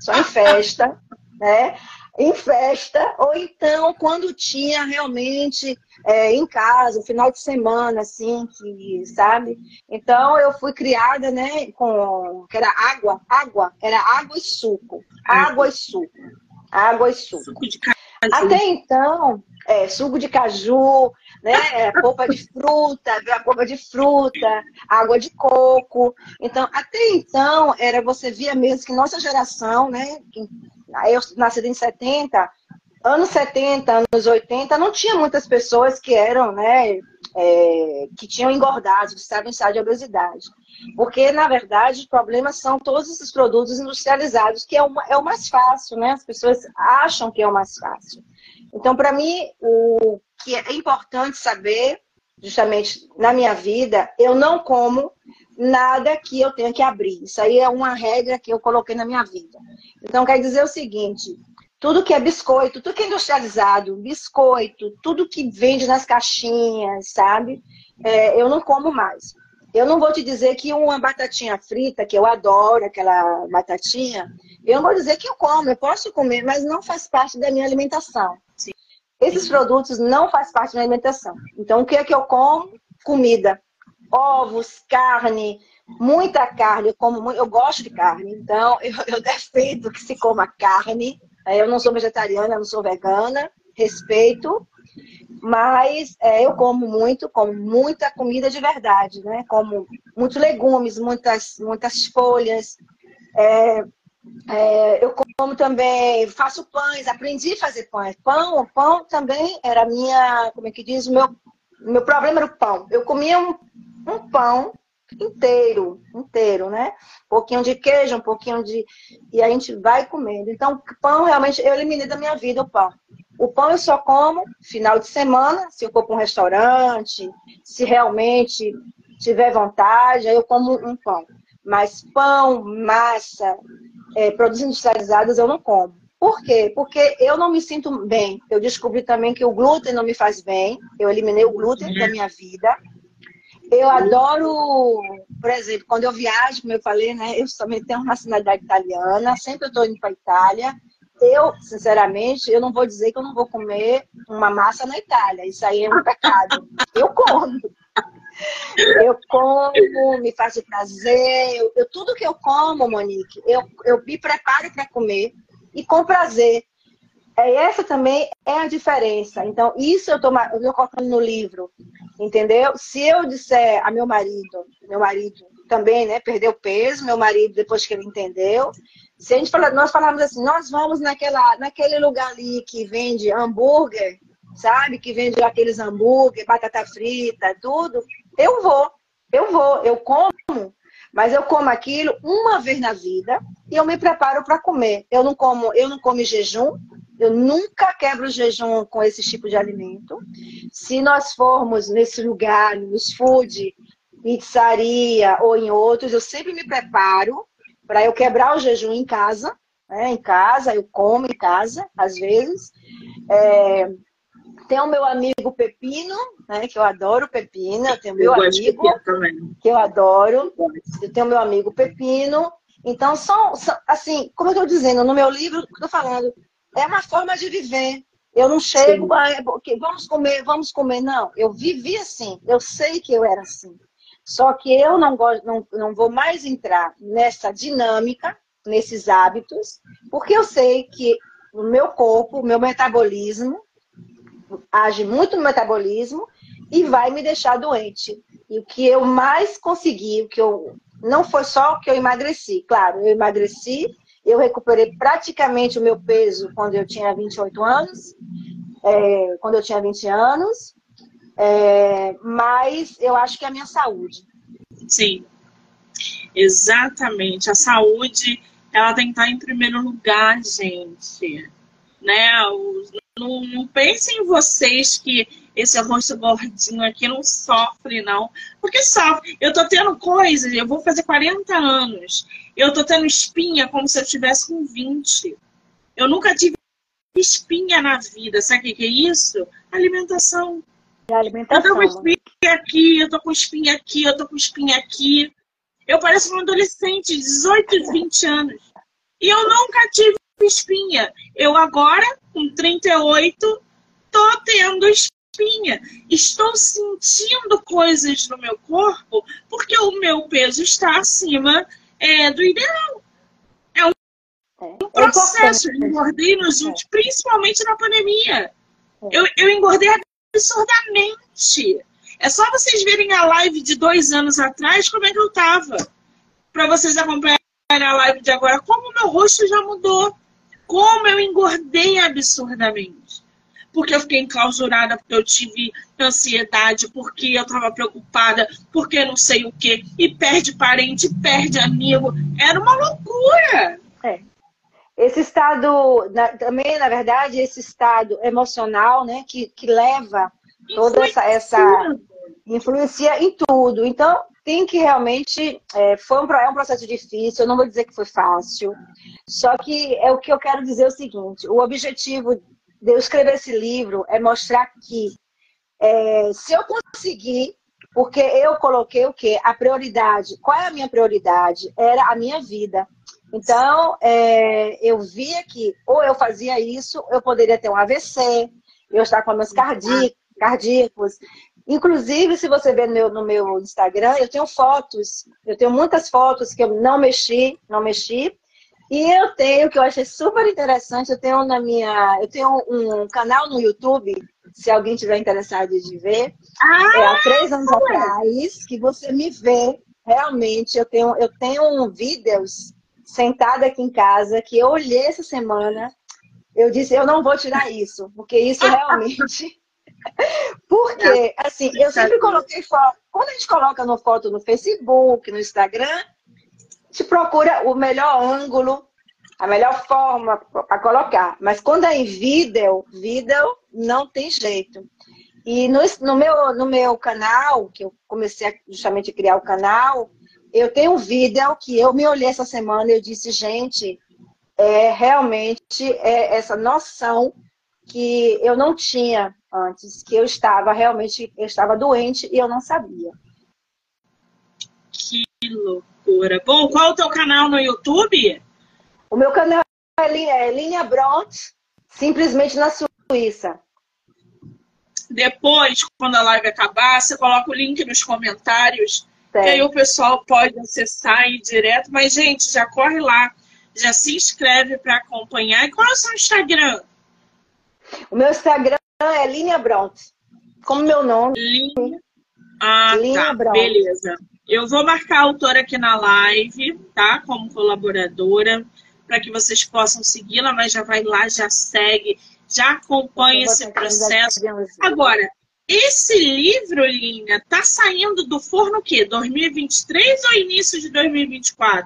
né? Em festa, ou então quando tinha realmente em casa, final de semana, assim, que, sabe? Então eu fui criada, né, que era era água e suco. Água e suco. Suco de caju. Até então, suco de caju, né, polpa de fruta, água de coco. Então, até então, você via mesmo que nossa geração, né, eu nasci em 70, anos 70, anos 80, não tinha muitas pessoas que eram, né, que tinham engordado, que estavam em estado de obesidade. Porque, na verdade, os problemas são todos esses produtos industrializados, que é o mais fácil, né? As pessoas acham que é o mais fácil. Então, para mim, o que é importante saber, justamente na minha vida, eu não como nada que eu tenha que abrir. Isso aí é uma regra que eu coloquei na minha vida. Então, quer dizer o seguinte, tudo que é biscoito, tudo que é industrializado, biscoito, tudo que vende nas caixinhas, sabe? Eu não como mais. Eu não vou te dizer que uma batatinha frita, que eu adoro aquela batatinha, eu não vou dizer que eu como, eu posso comer, mas não faz parte da minha alimentação. Sim. Esses produtos não fazem parte da minha alimentação. Então, o que é que eu como? Comida. Ovos, carne, muita carne. Eu gosto de carne, então eu defendo que se coma carne. Eu não sou vegetariana, não sou vegana, respeito. Mas eu como muita comida de verdade, né? Como muitos legumes, muitas folhas. Eu como também, faço pães, aprendi a fazer pães. Pão também era minha, como é que diz, o meu problema era o pão. Eu comia um pão inteiro, né? Um pouquinho de queijo, um pouquinho de... E a gente vai comendo. Então, pão, realmente, eu eliminei da minha vida o pão. O pão eu só como final de semana, se eu for para um restaurante, se realmente tiver vontade, aí eu como um pão. Mas pão, massa, produtos industrializados eu não como. Por quê? Porque eu não me sinto bem. Eu descobri também que o glúten não me faz bem. Eu eliminei o glúten da minha vida. Eu adoro, por exemplo, quando eu viajo, como eu falei, né? Eu também tenho uma nacionalidade italiana, sempre eu estou indo para a Itália. Eu, sinceramente, eu não vou dizer que eu não vou comer uma massa na Itália. Isso aí é um pecado. Eu como. Eu como, me faz prazer. Tudo que eu como, Monique, eu me preparo para comer e com prazer. Essa também é a diferença. Então, isso eu estou colocando no livro, entendeu? Se eu disser a meu marido também, né, perdeu peso, meu marido, depois que ele entendeu, se a gente nós falamos assim, nós vamos naquele lugar ali que vende hambúrguer, sabe? Que vende aqueles hambúrguer, batata frita, tudo, eu como, mas eu como aquilo uma vez na vida e eu me preparo para comer. Eu não como em jejum. Eu nunca quebro o jejum com esse tipo de alimento. Se nós formos nesse lugar, nos food, pizzaria ou em outros, eu sempre me preparo para eu quebrar o jejum em casa. Né? Em casa, eu como em casa, às vezes. Tem o meu amigo Pepino, né, que eu adoro pepino. Eu tenho meu amigo que eu adoro. Eu tenho meu amigo Pepino. Então, assim, como eu estou dizendo, no meu livro, estou falando, é uma forma de viver. Eu não chego, vamos comer. Não, eu vivi assim. Eu sei que eu era assim. Só que eu não vou mais entrar nessa dinâmica, nesses hábitos, porque eu sei que o meu corpo, o meu metabolismo, age muito no metabolismo e vai me deixar doente. E o que eu mais consegui, não foi só o que eu emagreci. Claro, eu emagreci, eu recuperei praticamente o meu peso quando eu tinha 28 anos, quando eu tinha 20 anos, mas eu acho que é a minha saúde. Sim, exatamente. A saúde, ela tem que estar em primeiro lugar, gente. Né? Não pensem em vocês que esse rosto gordinho aqui não sofre, não. Porque sofre. Eu tô tendo coisas, eu vou fazer 40 anos. Eu tô tendo espinha como se eu estivesse com 20. Eu nunca tive espinha na vida. Sabe o que é isso? Alimentação. Eu tô com espinha aqui, eu tô com espinha aqui, eu tô com espinha aqui. Eu pareço um adolescente, 18, 20 anos. E eu nunca tive espinha. Eu agora, com 38, tô tendo espinha. Estou sentindo coisas no meu corpo porque o meu peso está acima do ideal. É um processo. Eu engordei nos últimos, principalmente na pandemia. Eu engordei absurdamente. É só vocês verem a live de 2 anos atrás, como é que eu tava. Para vocês acompanharem a live de agora, como o meu rosto já mudou. Como eu engordei absurdamente. Porque eu fiquei enclausurada, porque eu tive ansiedade, porque eu estava preocupada, porque não sei o quê. E perde parente, perde amigo. Era uma loucura. Esse estado, também, na verdade, esse estado emocional, né, que leva toda essa influencia em tudo. Então, tem que realmente... é um processo difícil, eu não vou dizer que foi fácil. Só que o que eu quero dizer é o seguinte, o objetivo de eu escrever esse livro é mostrar que se eu conseguir, porque eu coloquei o quê? A prioridade. Qual é a minha prioridade? Era a minha vida. Então, eu via que ou eu fazia isso, eu poderia ter um AVC, eu estar com meus cardíacos. Inclusive, se você ver no meu Instagram, eu tenho muitas fotos que eu não mexi. E eu tenho, que eu achei super interessante, eu tenho um canal no YouTube, se alguém tiver interessado de ver, há 3 anos atrás, que você me vê, realmente, eu tenho vídeos sentada aqui em casa, que eu olhei essa semana, eu disse, eu não vou tirar isso, porque isso realmente... Porque, assim, eu sempre coloquei foto, quando a gente coloca uma foto no Facebook, no Instagram, a gente procura o melhor ângulo, a melhor forma para colocar. Mas quando é em vídeo não tem jeito. E no meu canal, que eu comecei justamente a criar o canal, eu tenho um vídeo que eu me olhei essa semana e eu disse, gente, realmente essa noção que eu não tinha antes, que eu estava doente e eu não sabia. Que loucura. Bom, qual é o teu canal no YouTube? O meu canal é Línia Bront, simplesmente na Suíça. Depois, quando a live acabar, você coloca o link nos comentários, que aí o pessoal pode acessar e ir direto. Mas, gente, já corre lá, já se inscreve para acompanhar. E qual é o seu Instagram? O meu Instagram é Línia Bront, como meu nome. Línia Bront. Beleza. Eu vou marcar a autora aqui na live, tá? Como colaboradora, para que vocês possam segui-la, mas já vai lá, já segue, já acompanha esse processo. Agora, esse livro, Línia, tá saindo do forno o quê? 2023 ou início de 2024?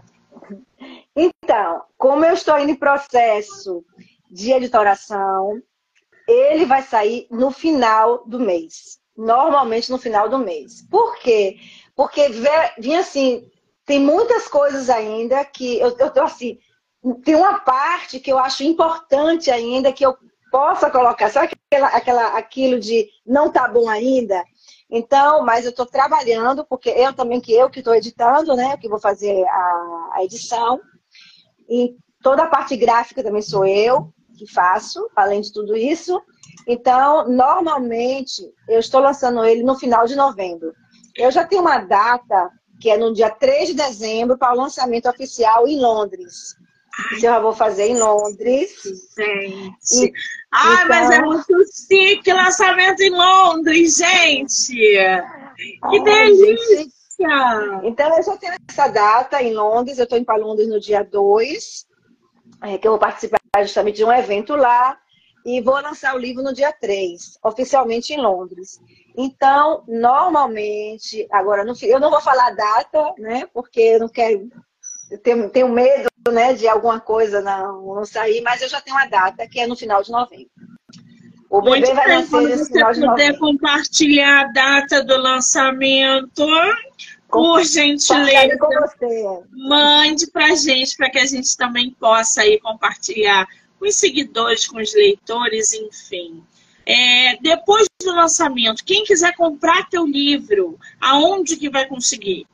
Então, como eu estou indo em processo de editoração, ele vai sair no final do mês. Normalmente no final do mês. Por quê? Porque vinha assim, tem muitas coisas ainda que eu tô assim, tem uma parte que eu acho importante ainda que eu possa colocar. Sabe aquilo de não tá bom ainda? Então, mas eu estou trabalhando, porque eu que estou editando, né? Que vou fazer a edição. E toda a parte gráfica também sou eu que faço, além de tudo isso. Então, normalmente, eu estou lançando ele no final de novembro. Eu já tenho uma data, que é no dia 3 de dezembro, para o lançamento oficial em Londres. Que eu já vou fazer em Londres. Gente. Então... mas é muito chique lançamento em Londres, gente! Que delícia! Gente... Então, eu já tenho essa data em Londres. Eu estou indo para Londres no dia 2, que eu vou participar justamente de um evento lá. E vou lançar o livro no dia 3, oficialmente em Londres. Então, normalmente, agora, eu não vou falar a data, né? Porque eu não quero, eu tenho medo, né, de alguma coisa não sair, mas eu já tenho a data, que é no final de novembro. O bebê vai nascer nesse final de novembro. Se você puder compartilhar a data do lançamento, por gentileza, com você. Mande pra gente, para que a gente também possa aí compartilhar com os seguidores, com os leitores, enfim. Depois do lançamento, quem quiser comprar teu livro, aonde que vai conseguir?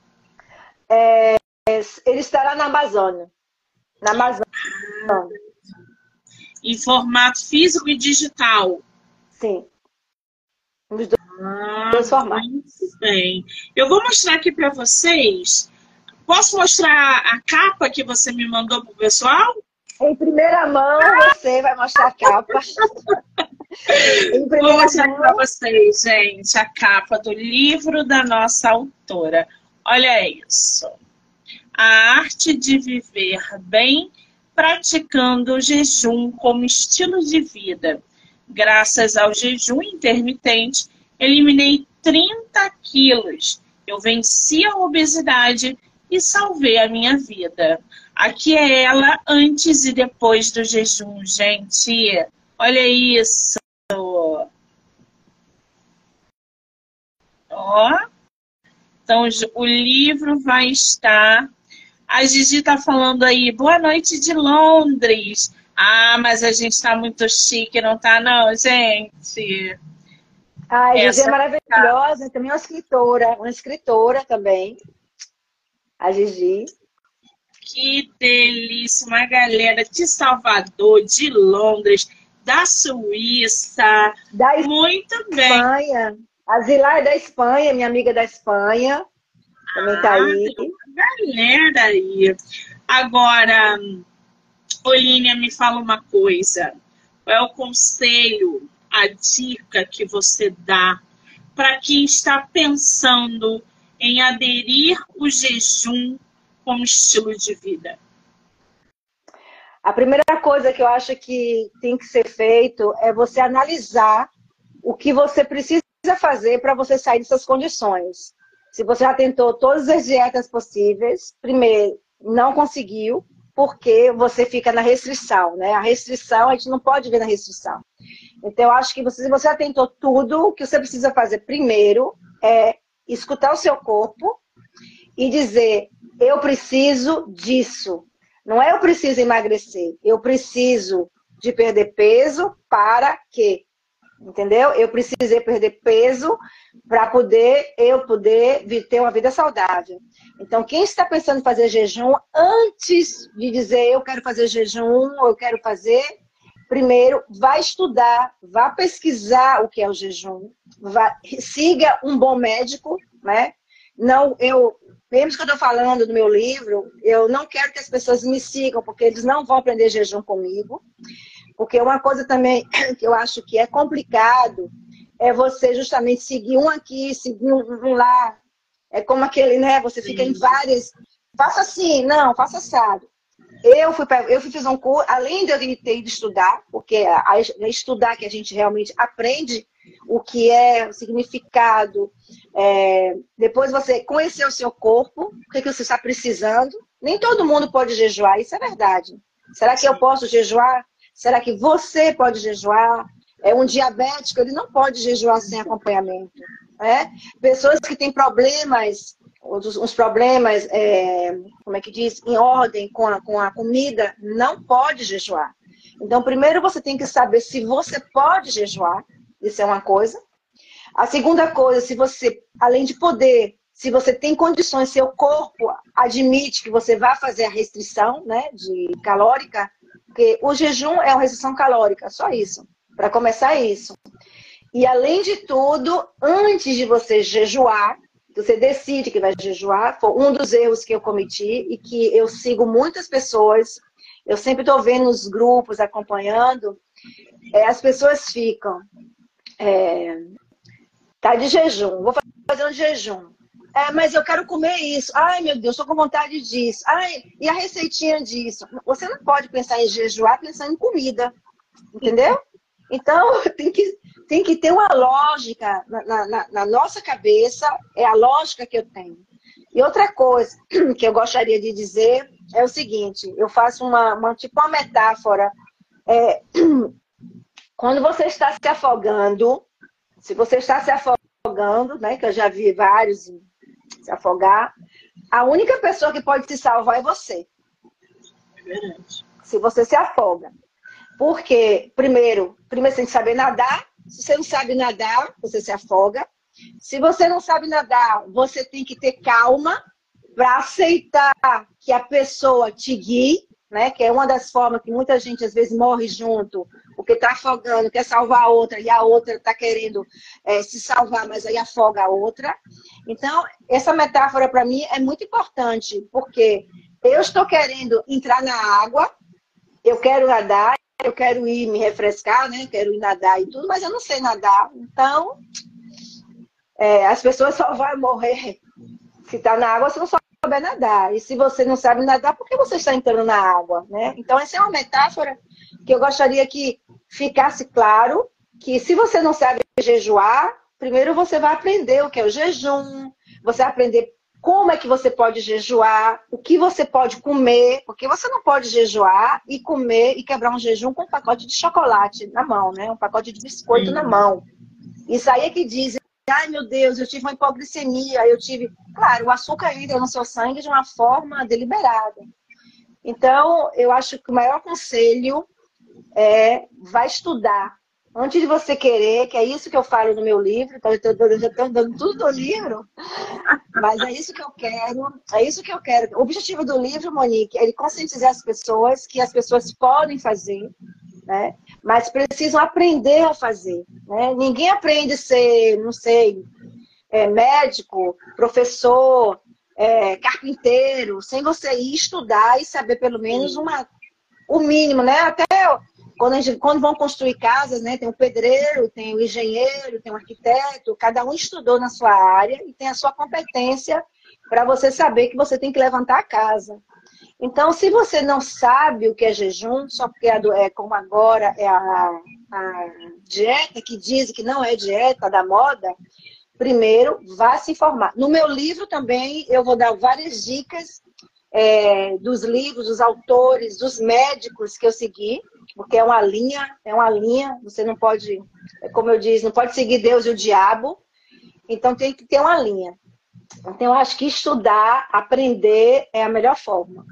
Ele estará na Amazônia. Na Amazônia. Em formato físico e digital? Sim. Os dois formatos. Muito bem. Eu vou mostrar aqui para vocês. Posso mostrar a capa que você me mandou pro pessoal? Em primeira mão, você vai mostrar a capa. Vou mostrar para vocês, gente, a capa do livro da nossa autora. Olha isso. A arte de viver bem, praticando o jejum como estilo de vida. Graças ao jejum intermitente, eliminei 30 quilos. Eu venci a obesidade e salvei a minha vida. Aqui é ela antes e depois do jejum, gente. Olha isso. Ó. Então, o livro vai estar... A Gigi está falando aí, boa noite de Londres. Ah, mas a gente está muito chique, não tá não, gente? A Gigi é Essa maravilhosa, também é uma escritora também, a Gigi. Que delícia, uma galera de Salvador, de Londres, da Suíça. Da Muito bem. Espanha. A Zilá é da Espanha, minha amiga da Espanha. Também tá aí. Tem uma galera aí. Agora, Olínia, me fala uma coisa. Qual é o conselho, a dica que você dá para quem está pensando em aderir o jejum como estilo de vida? A primeira coisa que eu acho que tem que ser feito é você analisar o que você precisa fazer para você sair dessas condições. Se você já tentou todas as dietas possíveis, primeiro, não conseguiu, porque você fica na restrição, né? A restrição, a gente não pode ver na restrição. Então, eu acho que se você já tentou tudo, o que você precisa fazer primeiro é escutar o seu corpo e dizer, eu preciso disso. Não é eu preciso emagrecer, eu preciso de perder peso para quê? Entendeu? Eu precisei perder peso para eu poder ter uma vida saudável. Então, quem está pensando em fazer jejum, antes de dizer eu quero fazer jejum, ou eu quero fazer, primeiro, vai estudar, vá pesquisar o que é o jejum, siga um bom médico, né? Não, mesmo que eu estou falando do meu livro, eu não quero que as pessoas me sigam, porque eles não vão aprender jejum comigo. Porque uma coisa também que eu acho que é complicado é você justamente seguir um aqui, seguir um lá. É como aquele, né? Você fica em várias... Faça assim, não, faça assado. Eu fiz um curso, além de eu ter ido estudar, porque é estudar que a gente realmente aprende o que é o significado. Depois você conhecer o seu corpo, o que você está precisando. Nem todo mundo pode jejuar, isso é verdade. Será que eu posso jejuar? Será que você pode jejuar? Um diabético, ele não pode jejuar sem acompanhamento. Né? Pessoas que têm problemas, uns problemas, como é que diz, em ordem com a comida, não pode jejuar. Então, primeiro você tem que saber se você pode jejuar, isso é uma coisa. A segunda coisa, se você, além de poder, se você tem condições, seu corpo admite que você vai fazer a restrição, né, calórica, porque o jejum é uma restrição calórica, só isso. Para começar isso. E além de tudo, antes de você jejuar, você decide que vai jejuar, foi um dos erros que eu cometi e que eu sigo muitas pessoas, eu sempre estou vendo nos grupos, acompanhando, as pessoas ficam, tá de jejum, vou fazer um jejum. Mas eu quero comer isso. Ai, meu Deus, estou com vontade disso. Ai, e a receitinha disso? Você não pode pensar em jejuar pensando em comida. Entendeu? Então, tem que ter uma lógica na nossa cabeça. É a lógica que eu tenho. E outra coisa que eu gostaria de dizer é o seguinte. Eu faço tipo uma metáfora. Quando você está se afogando, se você está se afogando, né, que eu já vi vários se afogar, a única pessoa que pode te salvar é você. É verdade. Se você se afoga. Porque, primeiro você tem que saber nadar. Se você não sabe nadar, você se afoga. Se você não sabe nadar, você tem que ter calma para aceitar que a pessoa te guie, né? Que é uma das formas que muita gente às vezes morre junto, porque está afogando, quer salvar a outra, e a outra está querendo se salvar, mas aí afoga a outra. Então, essa metáfora para mim é muito importante, porque eu estou querendo entrar na água, eu quero nadar, eu quero ir me refrescar, né? Quero ir nadar e tudo, mas eu não sei nadar. Então, as pessoas só vão morrer se está na água se não souber nadar. E se você não sabe nadar, por que você está entrando na água? Né? Então, essa é uma metáfora que eu gostaria que ficasse claro, que se você não sabe jejuar, primeiro você vai aprender o que é o jejum, você vai aprender como é que você pode jejuar, o que você pode comer, porque você não pode jejuar e comer e quebrar um jejum com um pacote de chocolate na mão, né? Um pacote de biscoito na mão. Isso aí é que dizem ai meu Deus, eu tive uma hipoglicemia, eu tive... Claro, o açúcar entra no seu sangue de uma forma deliberada. Então, eu acho que o maior conselho é vai estudar. Antes de você querer, que é isso que eu falo no meu livro, então eu já estou dando tudo no livro, mas é isso que eu quero, é isso que eu quero. O objetivo do livro, Monique, é ele conscientizar as pessoas que as pessoas podem fazer, né? Mas precisam aprender a fazer, né? Ninguém aprende a ser, não sei, médico, professor, carpinteiro, sem você ir estudar e saber pelo menos o mínimo, né? Até quando vão construir casas, né? Tem o pedreiro, tem o engenheiro, tem o arquiteto, cada um estudou na sua área e tem a sua competência para você saber que você tem que levantar a casa. Então, se você não sabe o que é jejum, só porque como agora é a dieta que diz que não é dieta da moda, primeiro, vá se informar. No meu livro também eu vou dar várias dicas dos livros, dos autores, dos médicos que eu segui, porque é uma linha, você não pode, como eu disse, não pode seguir Deus e o diabo, então tem que ter uma linha. Então eu acho que estudar, aprender é a melhor forma.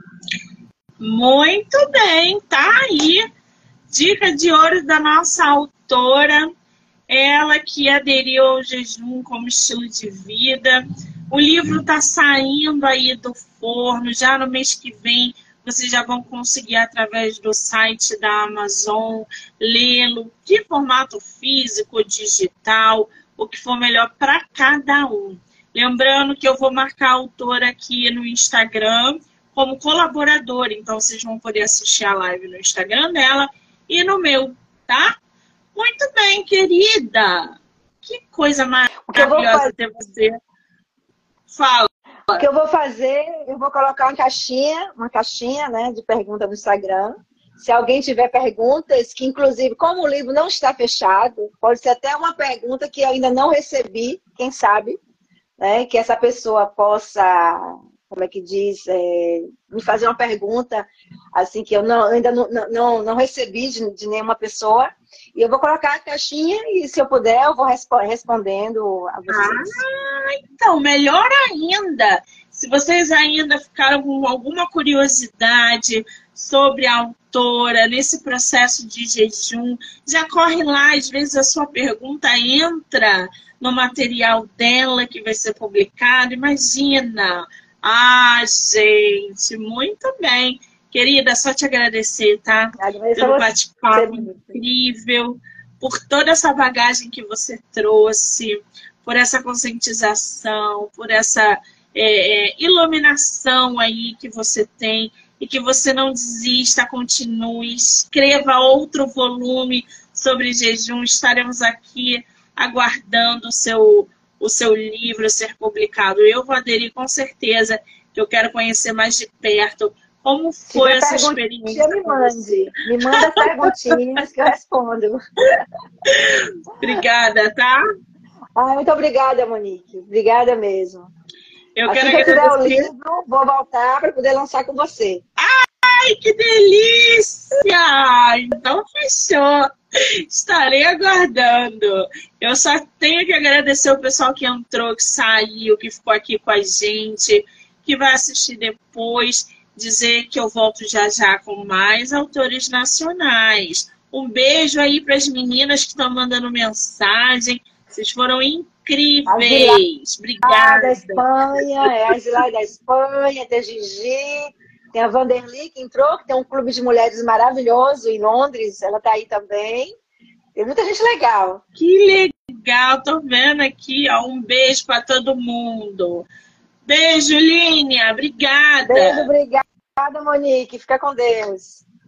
Muito bem, tá aí. Dica de ouro da nossa autora, ela que aderiu ao jejum como estilo de vida. O livro está saindo aí do forno, já no mês que vem vocês já vão conseguir, através do site da Amazon, lê-lo de formato físico, digital, o que for melhor para cada um. Lembrando que eu vou marcar a autora aqui no Instagram como colaboradora, então vocês vão poder assistir a live no Instagram dela e no meu, tá? Muito bem, querida. Que coisa maravilhosa ter você. Fala. O que eu vou fazer, eu vou colocar uma caixinha, né, de pergunta no Instagram. Se alguém tiver perguntas, que inclusive, como o livro não está fechado, pode ser até uma pergunta que eu ainda não recebi, quem sabe, né, que essa pessoa possa, como é que diz, me fazer uma pergunta, assim, que eu ainda não recebi de nenhuma pessoa. E eu vou colocar a caixinha e, se eu puder, eu vou respondendo a vocês. Então, melhor ainda, se vocês ainda ficaram com alguma curiosidade sobre a autora, nesse processo de jejum, já corre lá, às vezes a sua pergunta entra no material dela que vai ser publicado, imagina. Gente, muito bem. Querida, só te agradecer, tá? Pelo bate-papo incrível, por toda essa bagagem que você trouxe, por essa conscientização, por essa iluminação aí que você tem e que você não desista, continue, escreva outro volume sobre jejum. Estaremos aqui aguardando o seu livro ser publicado. Eu vou aderir com certeza, que eu quero conhecer mais de perto como foi essa experiência. Me manda perguntinhas que eu respondo. Obrigada, tá? Muito obrigada, Monique. Obrigada mesmo. Eu assim quero que eu tiver agradecer. o livro, vou voltar para poder lançar com você. Ai, que delícia! Então fechou. Estarei aguardando. Eu só tenho que agradecer o pessoal que entrou, que saiu, que ficou aqui com a gente, que vai assistir depois. Dizer que eu volto já já com mais autores nacionais. Um beijo aí para as meninas que estão mandando mensagem. Vocês foram incríveis. Obrigada. Da Espanha, a Angela da Espanha, tem a Gigi, tem a Vanderly que entrou, que tem um clube de mulheres maravilhoso em Londres, ela está aí também. Tem muita gente legal. Que legal, tô vendo aqui, ó. Um beijo para todo mundo. Beijo, Línia. Obrigada. Beijo, obrigada, Monique. Fica com Deus.